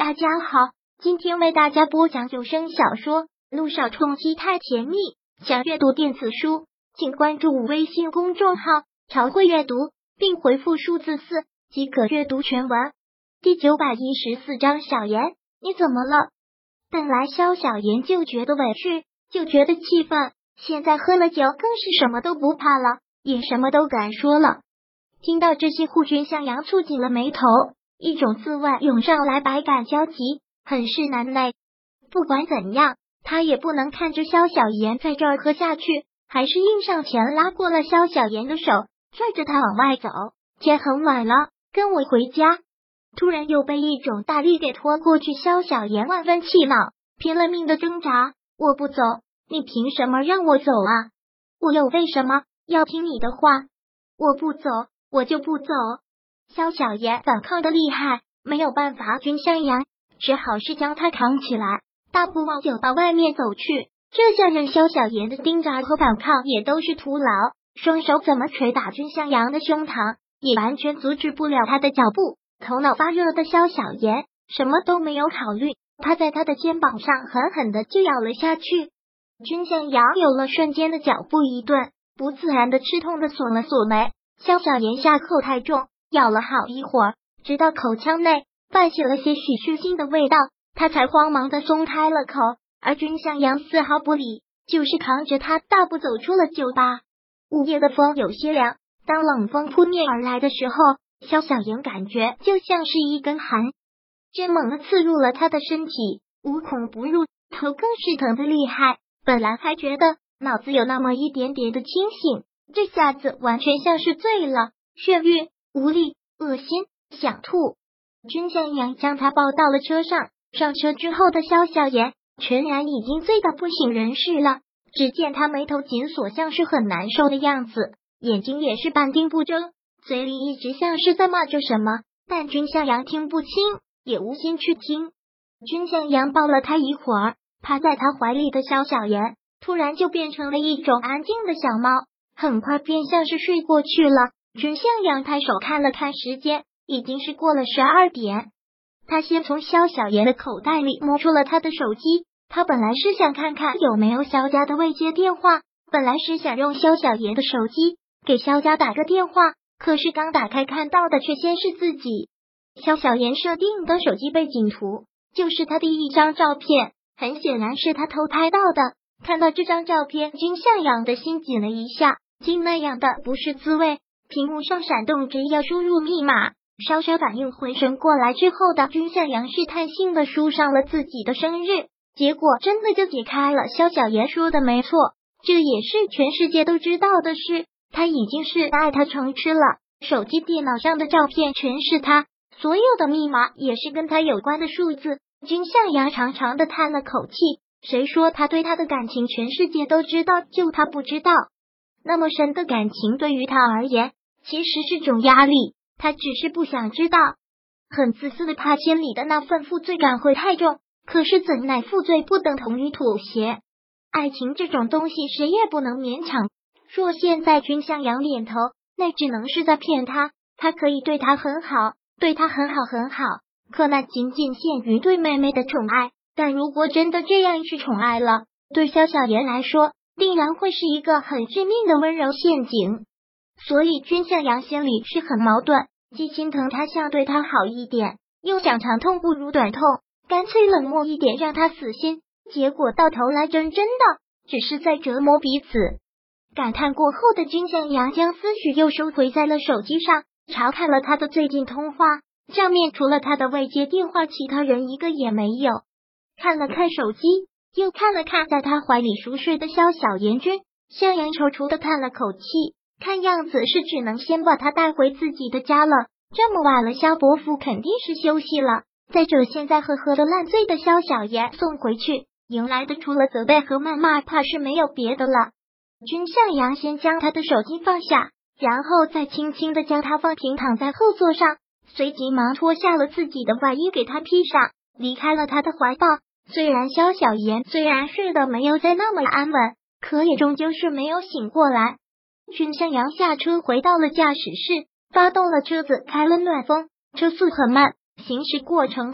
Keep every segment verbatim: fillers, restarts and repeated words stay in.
大家好，今天为大家播讲有声小说《路上冲击太甜蜜》。想阅读电子书，请关注微信公众号朝会阅读，并回复数字四即可阅读全文。第九百一十四章，小妍，你怎么了？本来萧小妍就觉得委屈，就觉得气愤，现在喝了酒更是什么都不怕了，也什么都敢说了。听到这些，顾君向阳蹙紧了眉头，一种滋味涌上来，百感交集，很是难耐。不管怎样，他也不能看着萧小妍在这儿喝下去，还是硬上前拉过了萧小妍的手，拽着她往外走。天很晚了，跟我回家。突然又被一种大力给拖过去，萧小妍万分气恼，拼了命的挣扎。我不走，你凭什么让我走啊？我有为什么要听你的话？我不走，我就不走。萧小妍反抗的厉害，没有办法，君向阳只好是将她扛起来，大步往酒吧外面走去。这下让萧小妍的挣扎和反抗也都是徒劳，双手怎么捶打君向阳的胸膛，也完全阻止不了他的脚步。头脑发热的萧小妍什么都没有考虑，趴在他的肩膀上狠狠的就咬了下去。君向阳有了瞬间的脚步一顿，不自然的吃痛的锁了锁眉。萧小妍下口太重，咬了好一会儿，直到口腔内泛起了些许血腥的味道，他才慌忙的松开了口。而君向阳丝毫不理，就是扛着他大步走出了酒吧。午夜的风有些凉，当冷风扑面而来的时候，萧小妍感觉就像是一根寒针猛地刺入了他的身体，无孔不入，头更是疼得厉害。本来还觉得脑子有那么一点点的清醒，这下子完全像是醉了，眩晕、无力、恶心、想吐。君向阳将他抱到了车上，上车之后的萧小妍全然已经醉到不省人事了。只见他眉头紧锁，像是很难受的样子，眼睛也是半定不睁，嘴里一直像是在骂着什么，但君向阳听不清，也无心去听。君向阳抱了他一会儿，趴在他怀里的萧小妍突然就变成了一种安静的小猫，很快便像是睡过去了。君向阳抬手看了看时间，已经是过了十二点。他先从萧小妍的口袋里摸出了他的手机，他本来是想看看有没有萧家的未接电话，本来是想用萧小妍的手机给萧家打个电话，可是刚打开看到的却先是自己萧小妍设定的手机背景图，就是他第一张照片，很显然是他偷拍到的。看到这张照片，君向阳的心紧了一下，竟那样的不是滋味。屏幕上闪动着要输入密码，稍稍反应回神过来之后的君向阳试探性的输上了自己的生日，结果真的就解开了。萧小妍说的没错，这也是全世界都知道的事，他已经是爱他成痴了。手机电脑上的照片全是他，所有的密码也是跟他有关的数字。君向阳长长的叹了口气，谁说他对他的感情全世界都知道，就他不知道？那么深的感情对于他而言其实是种压力，他只是不想知道。很自私的怕心里的那份负罪感会太重，可是怎奈负罪不等同于妥协，爱情这种东西谁也不能勉强。若现在君向阳点头，那只能是在骗他，他可以对他很好，对他很好很好，可那仅仅限于对妹妹的宠爱。但如果真的这样去宠爱了，对萧小妍来说定然会是一个很致命的温柔陷阱。所以君向阳心里是很矛盾，既心疼他想对他好一点，又想长痛不如短痛，干脆冷漠一点让他死心，结果到头来真真的只是在折磨彼此。感叹过后的君向阳将思绪又收回在了手机上，查看了他的最近通话，上面除了他的未接电话，其他人一个也没有。看了看手机，又看了看在他怀里熟睡的萧小妍，君向阳踌躇的叹了口气，看样子是只能先把他带回自己的家了。这么晚了，萧伯父肯定是休息了，再者现在呵呵的烂醉的萧小妍送回去，迎来的除了责备和谩骂，怕是没有别的了。君向阳先将他的手机放下，然后再轻轻的将他放平躺在后座上，随即忙脱下了自己的外衣给他披上，离开了他的怀抱。虽然萧小妍虽然睡得没有再那么安稳，可也终究是没有醒过来。君向阳下车回到了驾驶室，发动了车子，开了暖风，车速很慢。行驶过程后，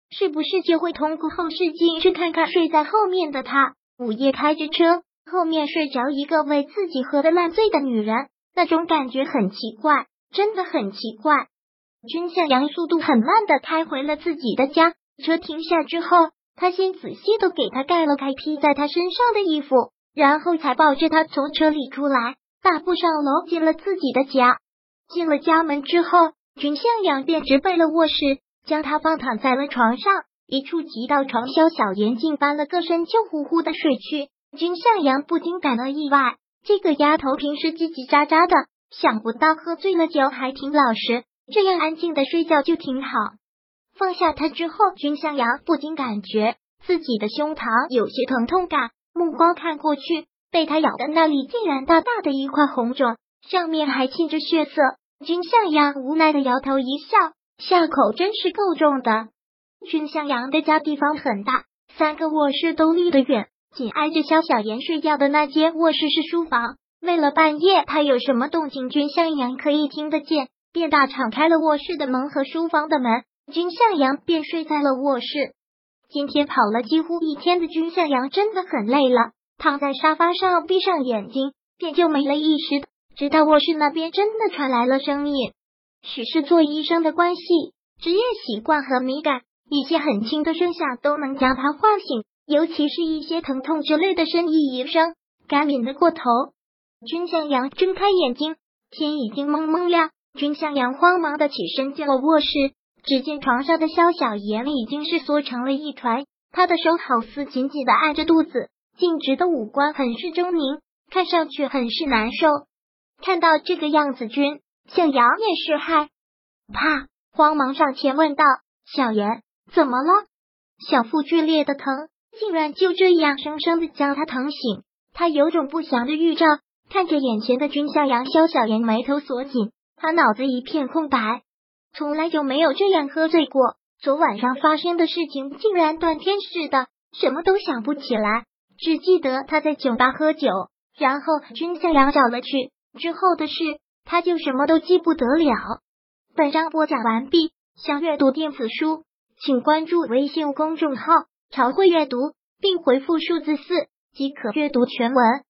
是不是就会通过后视镜去看看睡在后面的他？午夜开着车，后面睡着一个为自己喝得烂醉的女人，那种感觉很奇怪，真的很奇怪。君向阳速度很慢的开回了自己的家，车停下之后，他先仔细的给他盖了盖披在他身上的衣服，然后才抱着他从车里出来，大步上楼进了自己的家。进了家门之后，君向阳便直奔了卧室，将他放躺在了床上，一触及到床，萧小妍竟翻了个身，就呼呼的睡去。君向阳不禁感到意外，这个丫头平时叽叽喳喳的，想不到喝醉了酒还挺老实，这样安静的睡觉就挺好。放下他之后，君向阳不禁感觉自己的胸膛有些疼痛感，目光看过去，被他咬的那里竟然大大的一块红肿，上面还浸着血色。君向阳无奈的摇头一笑，下口真是够重的。君向阳的家地方很大，三个卧室都离得远，紧挨着萧小妍睡觉的那间卧室是书房。为了半夜他有什么动静君向阳可以听得见，便大敞开了卧室的门和书房的门，君向阳便睡在了卧室。今天跑了几乎一天的君向阳真的很累了，躺在沙发上闭上眼睛便就没了意识，直到卧室那边真的传来了声音。许是做医生的关系，职业习惯和敏感，一些很轻的声响都能将他唤醒，尤其是一些疼痛之类的呻吟声，赶敏得过头。君向阳睁开眼睛，天已经蒙蒙亮，君向阳慌忙的起身进了卧室，只见床上的萧小妍已经是缩成了一团，她的手好似紧紧的按着肚子，径直的五官很是狰狞，看上去很是难受。看到这个样子，君向阳也是害怕，慌忙上前问道：小妍，怎么了？小腹剧烈的疼，竟然就这样生生的将他疼醒。他有种不祥的预兆，看着眼前的君向阳，萧小妍眉头锁紧，他脑子一片空白，从来就没有这样喝醉过。昨晚上发生的事情竟然断片似的，什么都想不起来，只记得他在酒吧喝酒，然后君向阳找了去，之后的事他就什么都记不得了。本章播讲完毕，想阅读电子书，请关注微信公众号朝会阅读，并回复数字四即可阅读全文。